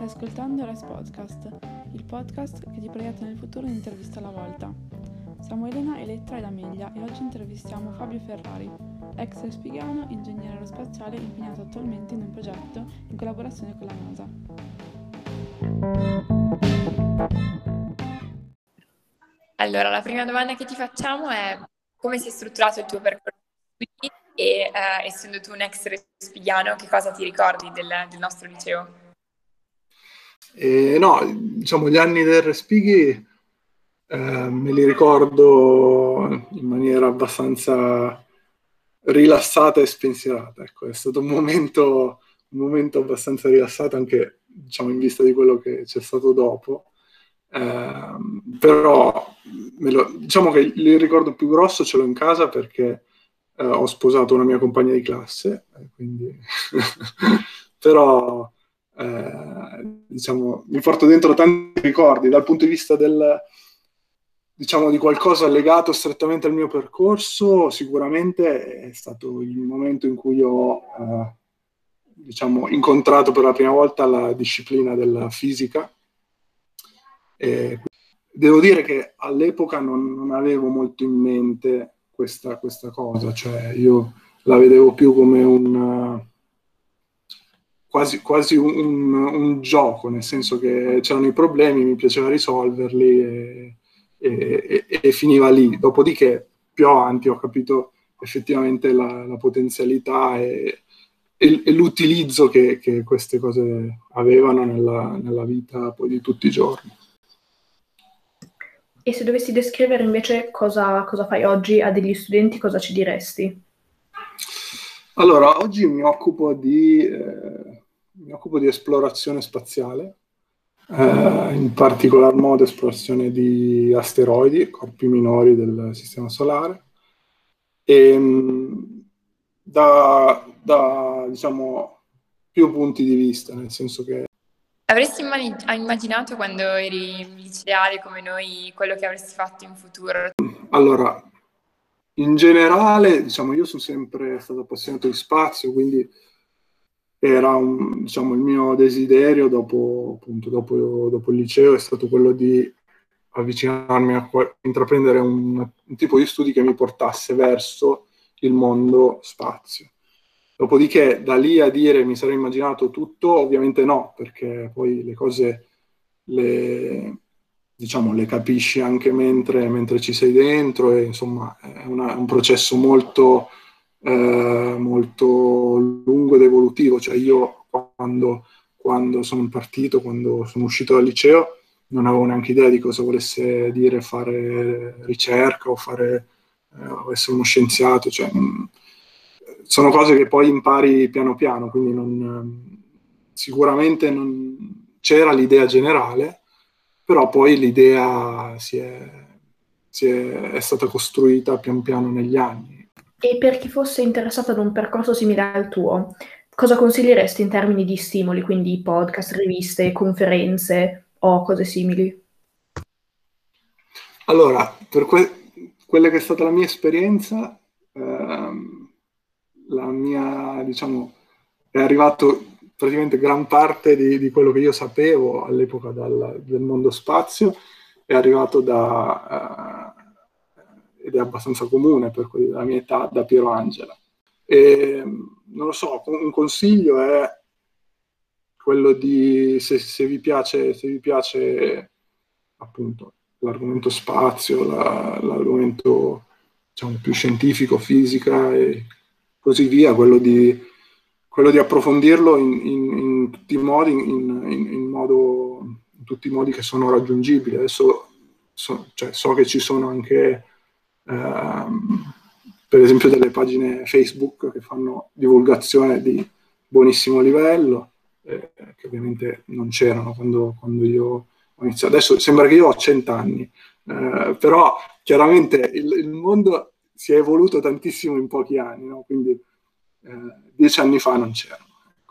ascoltando Res Podcast, il podcast che ti proietta nel futuro in intervista alla volta. Siamo Elena, Elettra ed Amelia e oggi intervistiamo Fabio Ferrari, ex respigiano, ingegnere aerospaziale impegnato attualmente in un progetto in collaborazione con la NASA. Allora, la prima domanda che ti facciamo è come si è strutturato il tuo percorso di studi e essendo tu un ex respigiano, che cosa ti ricordi del nostro liceo? Gli anni del Respighi me li ricordo in maniera abbastanza rilassata e spensierata. Ecco, è stato un momento abbastanza rilassato anche, in vista di quello che c'è stato dopo. Però che il ricordo più grosso ce l'ho in casa perché ho sposato una mia compagna di classe, quindi però mi porto dentro tanti ricordi dal punto di vista di qualcosa legato strettamente al mio percorso. Sicuramente è stato il momento in cui ho incontrato per la prima volta la disciplina della fisica. Devo dire che all'epoca non avevo molto in mente questa cosa, cioè io la vedevo più come quasi un gioco, nel senso che c'erano i problemi, mi piaceva risolverli e finiva lì. Dopodiché, più avanti, ho capito effettivamente la potenzialità e l'utilizzo che queste cose avevano nella vita poi di tutti i giorni. E se dovessi descrivere invece cosa fai oggi a degli studenti, cosa ci diresti? Allora, oggi mi occupo di esplorazione spaziale, in particolar modo esplorazione di asteroidi, corpi minori del Sistema Solare, e da più punti di vista, nel senso che Avresti immaginato quando eri liceale come noi quello che avresti fatto in futuro? Allora, in generale, io sono sempre stato appassionato di spazio, quindi era il mio desiderio dopo il liceo è stato quello di avvicinarmi a intraprendere un tipo di studi che mi portasse verso il mondo spazio. Dopodiché, da lì a dire mi sarei immaginato tutto, ovviamente no, perché poi le cose le capisci anche mentre ci sei dentro, e insomma è un processo molto lungo ed evolutivo. Cioè io quando sono partito, quando sono uscito dal liceo, non avevo neanche idea di cosa volesse dire fare ricerca o essere uno scienziato. Cioè, sono cose che poi impari piano piano, quindi sicuramente non c'era l'idea generale, però poi l'idea è stata costruita pian piano negli anni. E per chi fosse interessato ad un percorso simile al tuo, cosa consiglieresti in termini di stimoli, quindi podcast, riviste, conferenze o cose simili? Allora, per quella che è stata la mia esperienza, è arrivato praticamente gran parte di quello che io sapevo all'epoca del mondo spazio, è arrivato ed è abbastanza comune per quelli della mia età, da Piero Angela. E non lo so, un consiglio è quello di, se vi piace appunto l'argomento spazio, l'argomento più scientifico, fisica e così via, quello di approfondirlo in tutti i modi, in tutti i modi che sono raggiungibili. Adesso so che ci sono anche per esempio delle pagine Facebook che fanno divulgazione di buonissimo livello, che ovviamente non c'erano quando io ho iniziato. Adesso sembra che io ho 100 anni, però chiaramente il mondo si è evoluto tantissimo in pochi anni, no? Quindi 10 anni fa non c'erano.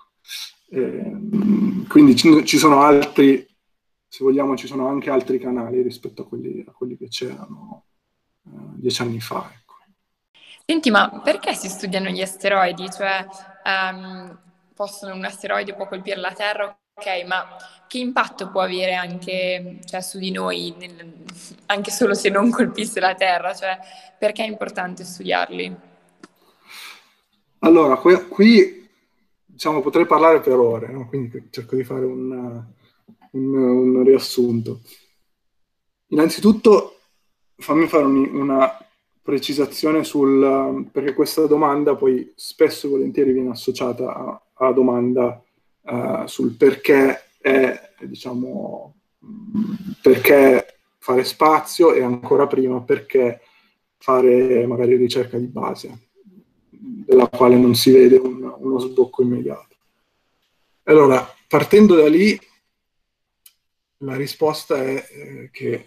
Ecco. Quindi ci sono altri, se vogliamo, ci sono anche altri canali rispetto a quelli che c'erano 10 anni fa. Ecco. Senti, ma perché si studiano gli asteroidi? Cioè, un asteroide può colpire la Terra ma che impatto può avere anche, cioè, su di noi, anche solo se non colpisse la Terra? Cioè, perché è importante studiarli? Allora, qui diciamo, potrei parlare per ore, no? Quindi cerco di fare un riassunto. Innanzitutto, fammi fare una precisazione perché questa domanda poi spesso e volentieri viene associata alla domanda sul diciamo, perché fare spazio e ancora prima perché fare magari ricerca di base, della quale non si vede uno sbocco immediato. Allora, partendo da lì, la risposta è che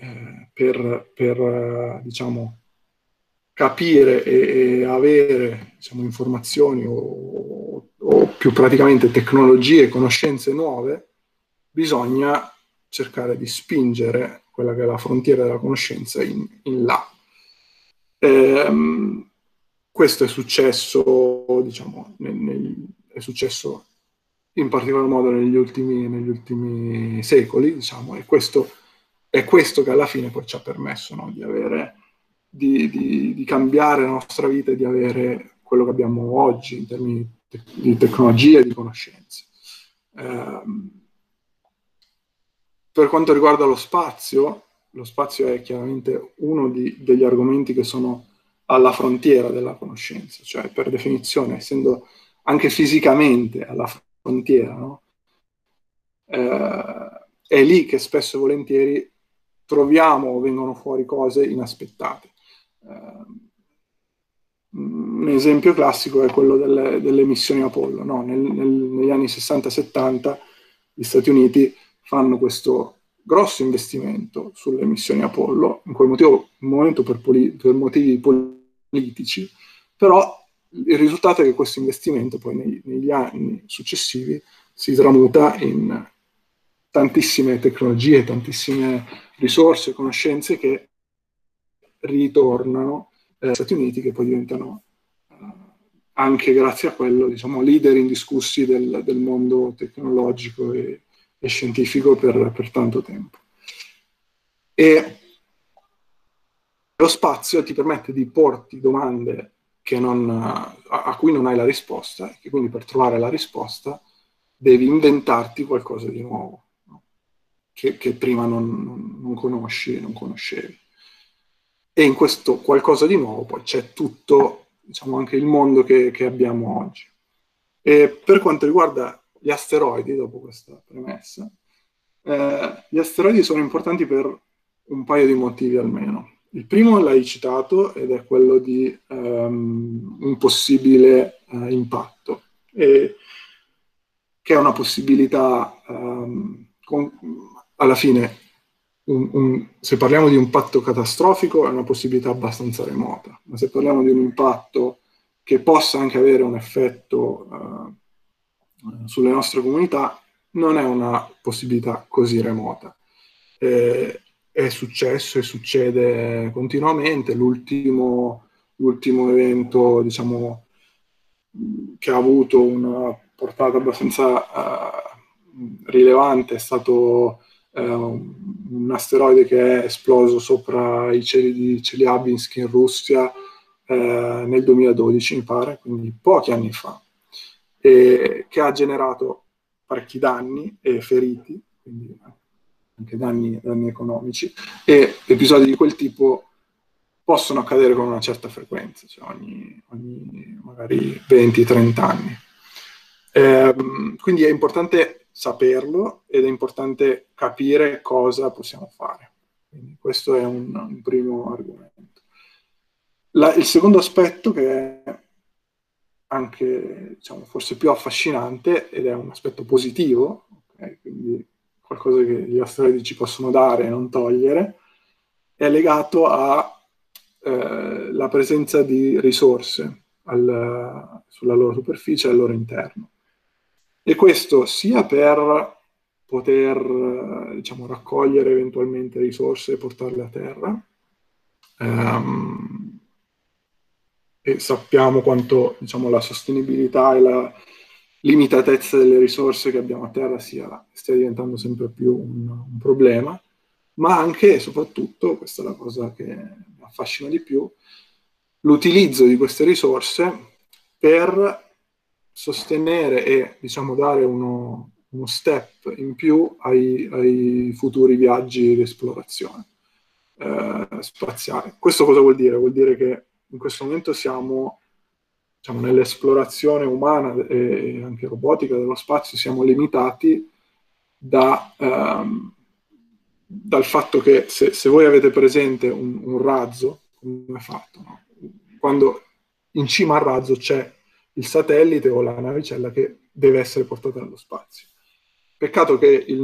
per diciamo, capire e avere diciamo, informazioni o più praticamente tecnologie e conoscenze nuove, bisogna cercare di spingere quella che è la frontiera della conoscenza in là. Questo è successo, diciamo, è successo in particolar modo negli ultimi secoli, diciamo, e questo è questo che alla fine poi ci ha permesso, no, di cambiare la nostra vita e di avere quello che abbiamo oggi in termini di tecnologia e di conoscenze. Per quanto riguarda lo spazio è chiaramente uno degli argomenti che sono alla frontiera della conoscenza, cioè per definizione, essendo anche fisicamente alla frontiera, no? È lì che spesso e volentieri troviamo o vengono fuori cose inaspettate. Un esempio classico è quello delle missioni Apollo, no? Negli anni 60-70 gli Stati Uniti fanno questo grosso investimento sulle missioni Apollo, in quel momento per motivi politici, però il risultato è che questo investimento poi negli anni successivi si tramuta in tantissime tecnologie, tantissime risorse, conoscenze che ritornano agli Stati Uniti, che poi diventano anche grazie a quello, diciamo, leader indiscussi del mondo tecnologico e scientifico per tanto tempo. E lo spazio ti permette di porti domande a cui non hai la risposta, e quindi per trovare la risposta devi inventarti qualcosa di nuovo, no? che prima non conoscevi. E in questo qualcosa di nuovo poi c'è tutto, diciamo, anche il mondo che abbiamo oggi. E per quanto riguarda gli asteroidi, dopo questa premessa, gli asteroidi sono importanti per un paio di motivi almeno. Il primo l'hai citato ed è quello di un possibile impatto, che è una possibilità, alla fine, se parliamo di un impatto catastrofico è una possibilità abbastanza remota, ma se parliamo di un impatto che possa anche avere un effetto sulle nostre comunità, non è una possibilità così remota. È successo e succede continuamente. L'ultimo evento, diciamo, che ha avuto una portata abbastanza rilevante è stato un asteroide che è esploso sopra i cieli di Chelyabinsk in Russia nel 2012, mi pare, quindi pochi anni fa, e che ha generato parecchi danni e feriti, quindi anche danni economici, e episodi di quel tipo possono accadere con una certa frequenza, cioè ogni magari 20-30 anni. Quindi è importante saperlo ed è importante capire cosa possiamo fare. Quindi questo è un primo argomento. Il secondo aspetto, che è anche, diciamo, forse più affascinante ed è un aspetto positivo, okay? Quindi qualcosa che gli asteroidi ci possono dare e non togliere, è legato alla presenza di risorse sulla loro superficie e al loro interno. E questo sia per poter, diciamo, raccogliere eventualmente risorse e portarle a terra, e sappiamo quanto, diciamo, la sostenibilità limitatezza delle risorse che abbiamo a terra stia diventando sempre più un problema, ma anche e soprattutto, questa è la cosa che mi affascina di più, l'utilizzo di queste risorse per sostenere e, diciamo, dare uno step in più ai futuri viaggi di esplorazione spaziale. Questo cosa vuol dire? Vuol dire che in questo momento siamo, diciamo, nell'esplorazione umana e anche robotica dello spazio, siamo limitati dal fatto che se voi avete presente un razzo, come è fatto, no? Quando in cima al razzo c'è il satellite o la navicella che deve essere portata nello spazio. Peccato che il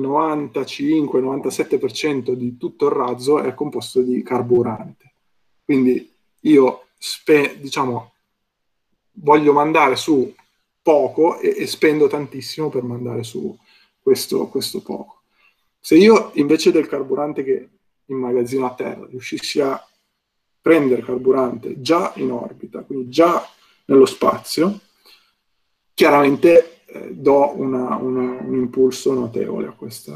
95-97% di tutto il razzo è composto di carburante. Quindi io diciamo, voglio mandare su poco e spendo tantissimo per mandare su questo poco. Se io invece del carburante che immagazzino a terra riuscissi a prendere carburante già in orbita, quindi già nello spazio, chiaramente do un impulso notevole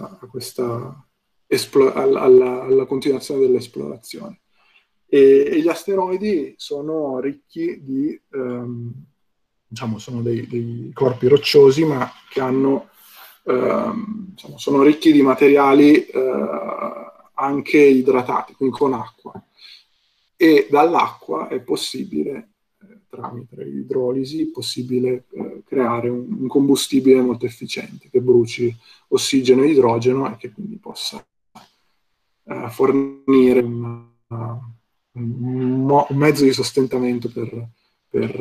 alla continuazione dell'esplorazione. E gli asteroidi sono ricchi di, diciamo, sono dei corpi rocciosi, ma che hanno, diciamo, sono ricchi di materiali anche idratati, quindi con acqua. E dall'acqua è possibile, tramite l'idrolisi, possibile creare un combustibile molto efficiente che bruci ossigeno e idrogeno e che quindi possa fornire un mezzo di sostentamento per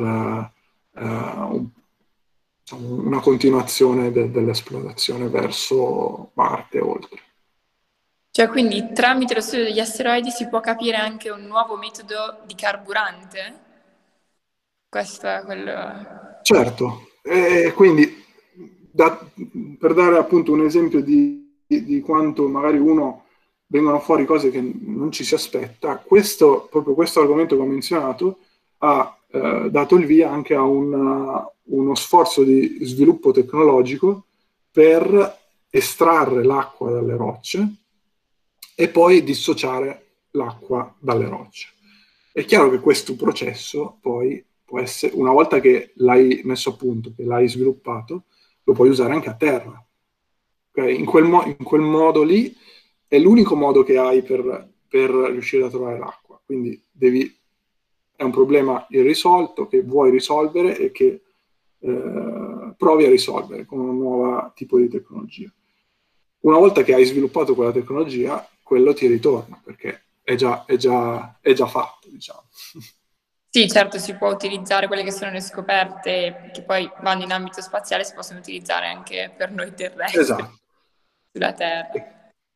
una continuazione dell'esplorazione verso Marte e oltre. Cioè, quindi tramite lo studio degli asteroidi si può capire anche un nuovo metodo di carburante? Questo è quello... Certo, quindi per dare appunto un esempio di quanto magari vengono fuori cose che non ci si aspetta, proprio questo argomento che ho menzionato ha dato il via anche a uno sforzo di sviluppo tecnologico per estrarre l'acqua dalle rocce e poi dissociare l'acqua dalle rocce. È chiaro che questo processo poi può essere, una volta che l'hai messo a punto, che l'hai sviluppato, lo puoi usare anche a terra. Okay? In quel modo lì è l'unico modo che hai per riuscire a trovare l'acqua. Quindi è un problema irrisolto che vuoi risolvere e che provi a risolvere con un nuovo tipo di tecnologia. Una volta che hai sviluppato quella tecnologia, quello ti ritorna, perché è già fatto, diciamo. Sì, certo, si può utilizzare quelle che sono le scoperte che poi vanno in ambito spaziale, si possono utilizzare anche per noi terrestri, esatto, sulla Terra.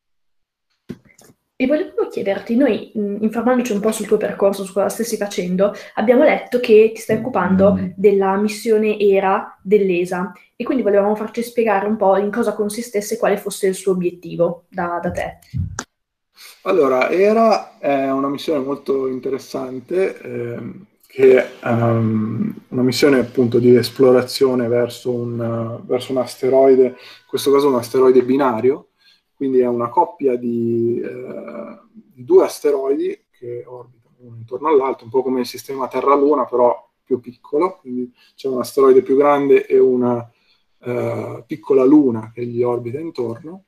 E volevo chiederti, noi informandoci un po' sul tuo percorso, su cosa stessi facendo, abbiamo letto che ti stai occupando della missione ERA dell'ESA e quindi volevamo farci spiegare un po' in cosa consistesse e quale fosse il suo obiettivo da te. Allora, ERA è una missione molto interessante, che è una missione appunto di esplorazione verso un asteroide, in questo caso un asteroide binario, quindi è una coppia di due asteroidi che orbitano uno intorno all'altro, un po' come il sistema Terra-Luna, però più piccolo, quindi c'è un asteroide più grande e una piccola luna che gli orbita intorno.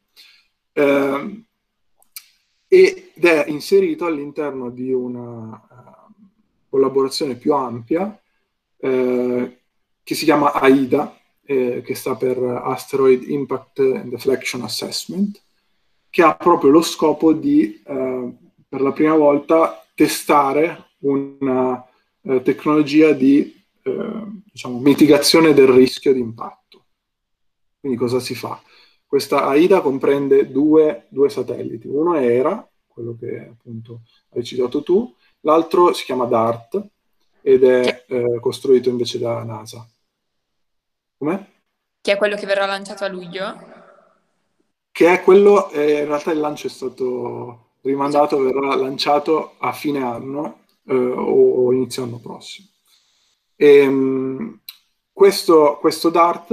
Ed è inserito all'interno di una collaborazione più ampia che si chiama AIDA, che sta per Asteroid Impact and Deflection Assessment, che ha proprio lo scopo di, per la prima volta, testare una tecnologia di diciamo, mitigazione del rischio di impatto. Quindi cosa si fa? Questa AIDA comprende due satelliti. Uno è ERA, quello che appunto hai citato tu, l'altro si chiama DART ed è costruito invece da NASA. Com'è? Che è quello che verrà lanciato a luglio? Che è quello, in realtà il lancio è stato rimandato, verrà lanciato a fine anno o inizio anno prossimo. questo DART,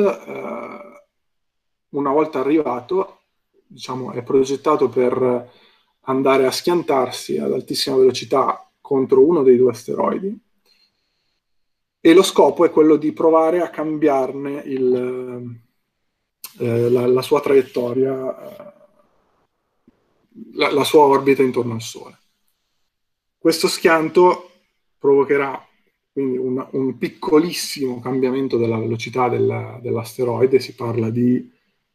una volta arrivato, diciamo, è progettato per andare a schiantarsi ad altissima velocità contro uno dei 2 asteroidi, e lo scopo è quello di provare a cambiarne la sua traiettoria, la sua orbita intorno al Sole. Questo schianto provocherà quindi un piccolissimo cambiamento della velocità dell'asteroide. Si parla di,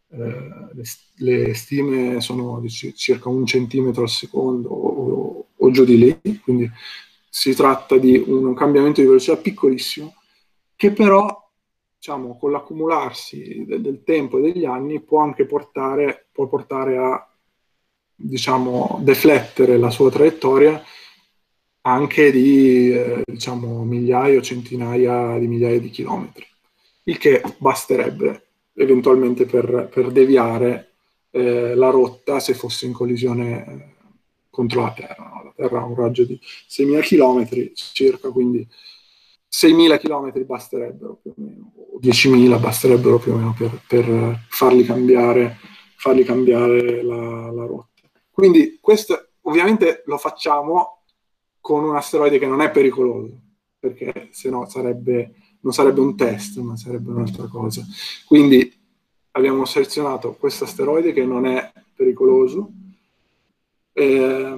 le stime sono di circa 1 centimetro al secondo o giù di lì, quindi si tratta di un cambiamento di velocità piccolissimo, che però, diciamo, con l'accumularsi del tempo e degli anni può anche portare a, diciamo, deflettere la sua traiettoria anche di diciamo, migliaia o centinaia di migliaia di chilometri, il che basterebbe eventualmente per deviare la rotta se fosse in collisione contro la Terra. No? La Terra ha un raggio di 6.000 chilometri circa, quindi 6.000 chilometri basterebbero più o meno, o 10.000 basterebbero più o meno per farli cambiare la rotta. Quindi questo ovviamente lo facciamo con un asteroide che non è pericoloso, perché se no non sarebbe un test, ma sarebbe un'altra cosa. Quindi abbiamo selezionato questo asteroide che non è pericoloso, e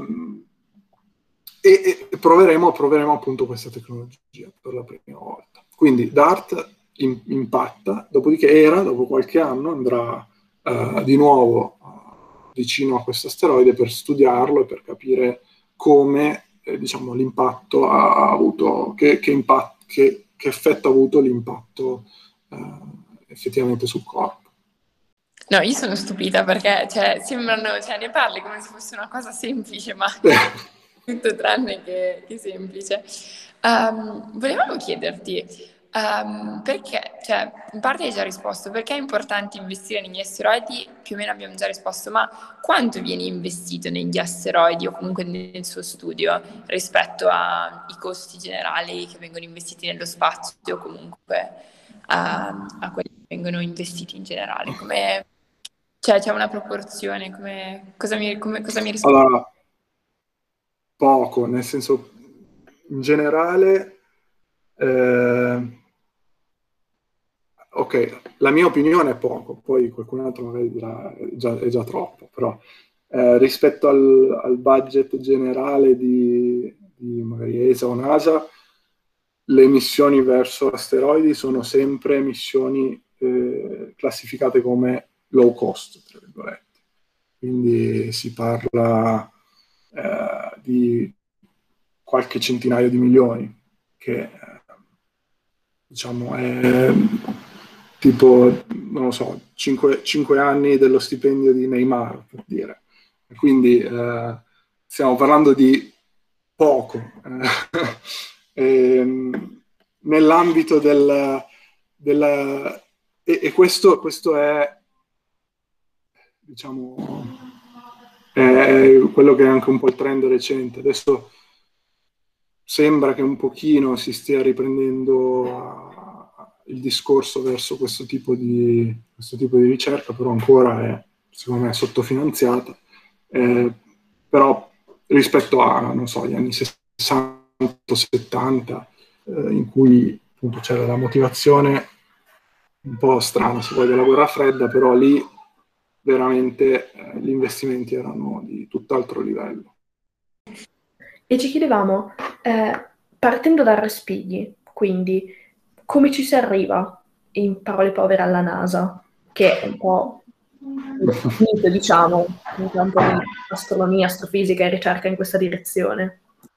proveremo appunto questa tecnologia per la prima volta. Quindi DART impatta, dopodiché dopo qualche anno, andrà di nuovo vicino a questo asteroide per studiarlo e per capire come diciamo, l'impatto ha avuto, che effetto ha avuto l'impatto effettivamente sul corpo. No, io sono stupita perché ne parli come se fosse una cosa semplice, ma tutto tranne che semplice. Volevamo chiederti perché, in parte hai già risposto, perché è importante investire negli asteroidi, più o meno abbiamo già risposto, ma quanto viene investito negli asteroidi o comunque nel suo studio rispetto ai costi generali che vengono investiti nello spazio o comunque a quelli che vengono investiti in generale? C'è una proporzione? Cosa mi rispondi? Allora, poco, nel senso, in generale, ok, la mia opinione è poco, poi qualcun altro magari dirà è già troppo, però rispetto al budget generale di magari ESA o NASA, le missioni verso asteroidi sono sempre missioni classificate come low cost, tra virgolette. Quindi si parla di qualche centinaio di milioni, che diciamo è tipo, non lo so, 5 anni dello stipendio di Neymar, per dire. Quindi stiamo parlando di poco. Nell'ambito e questo è, diciamo, è quello che è anche un po' il trend recente. Adesso sembra che un pochino si stia riprendendo il discorso verso questo tipo di ricerca, però ancora è, secondo me, sottofinanziata. Però rispetto a, non so, gli anni 60-70, in cui appunto c'era la motivazione un po' strana, se vuoi, della guerra fredda, però lì veramente gli investimenti erano di tutt'altro livello. E ci chiedevamo, partendo da Respighi, quindi come ci si arriva, in parole povere, alla NASA, che è un po' finito, diciamo, in campo di astronomia, astrofisica e ricerca in questa direzione?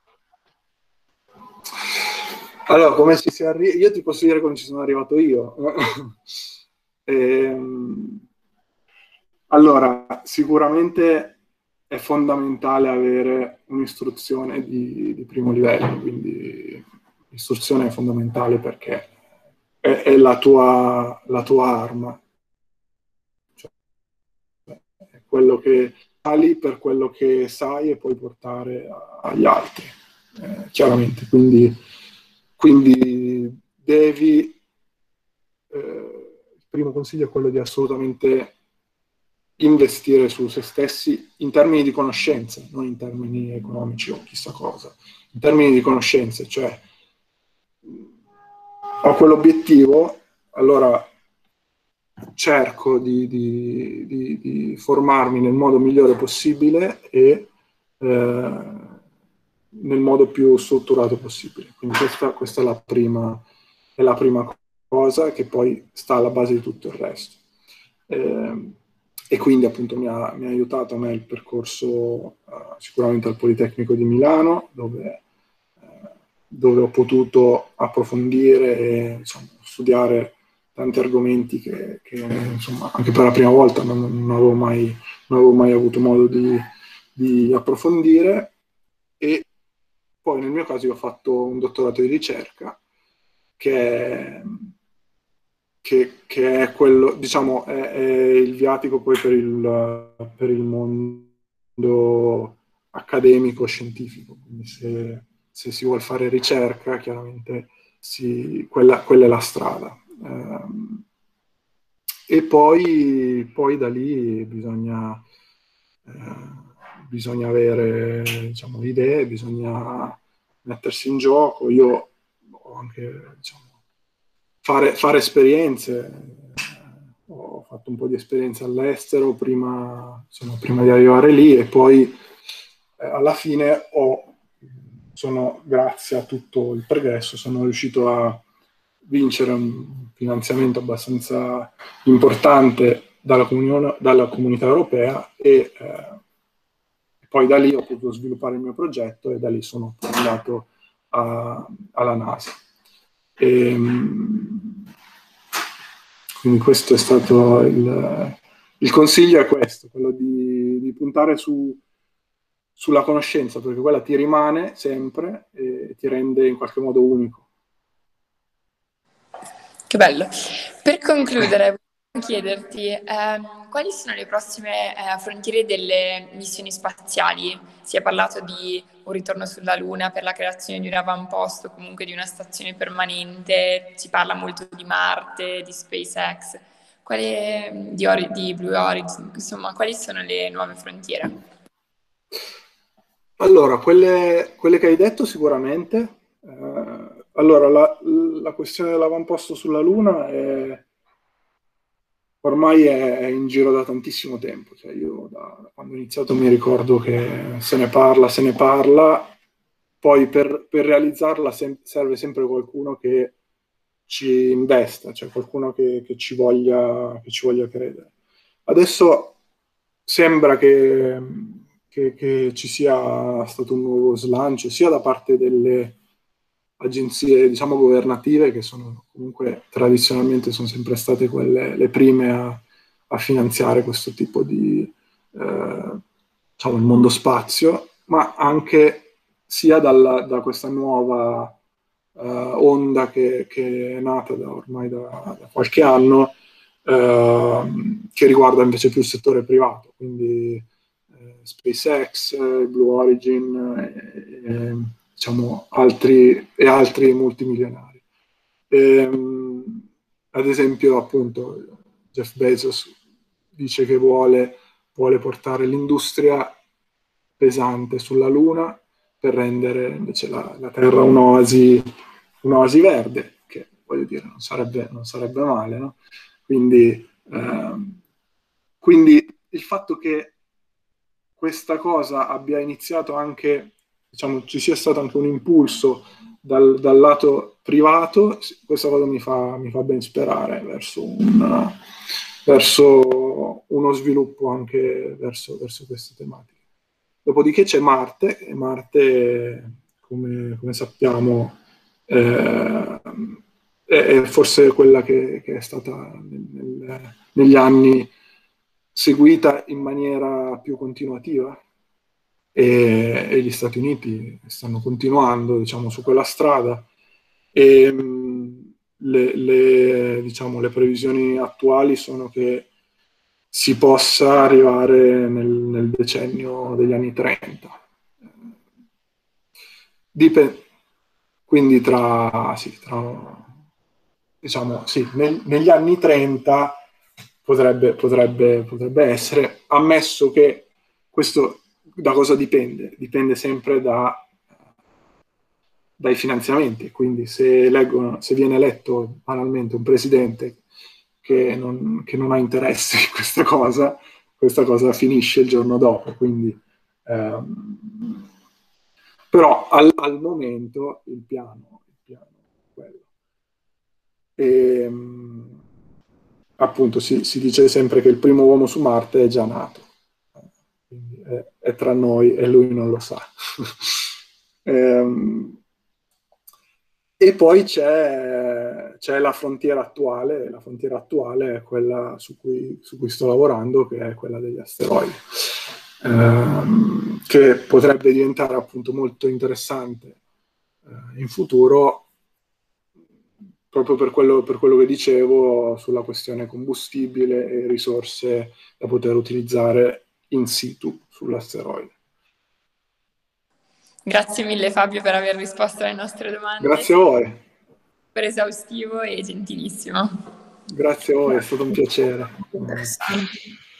Allora, come ci si arriva? Io ti posso dire come ci sono arrivato io. Allora, sicuramente è fondamentale avere un'istruzione di primo livello, quindi l'istruzione è fondamentale perché è la tua arma, cioè, è quello che sai per quello che sai e puoi portare agli altri, chiaramente. Quindi devi primo consiglio è quello di assolutamente investire su se stessi in termini di conoscenze, non in termini economici o chissà cosa, in termini di conoscenze, cioè ho quell'obiettivo, allora cerco di formarmi nel modo migliore possibile e nel modo più strutturato possibile. Quindi questa è la prima cosa che poi sta alla base di tutto il resto. E quindi appunto mi ha aiutato a me il percorso sicuramente al Politecnico di Milano, dove ho potuto approfondire e insomma, studiare tanti argomenti che insomma, anche per la prima volta non avevo mai avuto modo di approfondire. E poi nel mio caso io ho fatto un dottorato di ricerca che è quello, diciamo, è il viatico poi per il mondo accademico-scientifico. Quindi se si vuole fare ricerca, chiaramente quella è la strada. E poi da lì bisogna avere, diciamo, idee, bisogna mettersi in gioco. Io ho anche, diciamo, fare esperienze. Ho fatto un po' di esperienze all'estero prima di arrivare lì, e poi alla fine grazie a tutto il progresso, sono riuscito a vincere un finanziamento abbastanza importante dalla Comunità Europea, e poi da lì ho potuto sviluppare il mio progetto, e da lì sono andato alla NASA. Quindi questo è stato il consiglio, è questo, quello di puntare sulla conoscenza, perché quella ti rimane sempre e ti rende in qualche modo unico. Che bello. Per concludere, volevo chiederti quali sono le prossime frontiere delle missioni spaziali? Si è parlato di un ritorno sulla Luna per la creazione di un avamposto, comunque di una stazione permanente, si parla molto di Marte, di SpaceX, di Blue Origin, insomma, quali sono le nuove frontiere? Allora, quelle che hai detto sicuramente. Allora, la questione dell'avamposto sulla Luna ormai è in giro da tantissimo tempo. Cioè, io da quando ho iniziato mi ricordo che se ne parla, poi per realizzarla serve sempre qualcuno che ci investa, cioè qualcuno che ci voglia credere. Adesso sembra che ci sia stato un nuovo slancio, sia da parte delle agenzie, diciamo, governative, che sono comunque tradizionalmente sono sempre state le prime a finanziare questo tipo di diciamo, il mondo spazio, ma anche sia da questa nuova onda che è nata ormai da qualche anno, che riguarda invece più il settore privato, quindi SpaceX, Blue Origin, diciamo altri multimilionari. Ad esempio, appunto, Jeff Bezos dice che vuole portare l'industria pesante sulla Luna per rendere invece la Terra un'oasi verde, che voglio dire non sarebbe male, no? Quindi il fatto che questa cosa abbia iniziato anche, diciamo, ci sia stato anche un impulso dal lato privato, questa cosa mi fa ben sperare verso uno sviluppo anche verso queste tematiche. Dopodiché c'è Marte, e Marte, come sappiamo, è forse quella che è stata negli anni seguita in maniera più continuativa, e gli Stati Uniti stanno continuando, diciamo, su quella strada, e diciamo, le previsioni attuali sono che si possa arrivare nel decennio degli anni 30. Quindi tra diciamo, sì, negli anni 30 potrebbe essere, ammesso che questo da cosa dipende? Dipende sempre dai finanziamenti, quindi se viene eletto banalmente un presidente che non ha interesse in questa cosa finisce il giorno dopo, quindi però al momento il piano è quello. E, appunto si dice sempre che il primo uomo su Marte è già nato, quindi è tra noi e lui non lo sa. E poi c'è la frontiera attuale è quella su cui sto lavorando, che è quella degli asteroidi, che potrebbe diventare appunto molto interessante in futuro, proprio per quello che dicevo sulla questione combustibile e risorse da poter utilizzare in situ sull'asteroide. Grazie mille Fabio per aver risposto alle nostre domande. Grazie a voi. Per esaustivo e gentilissimo. Grazie a voi, è stato un piacere. Interessante.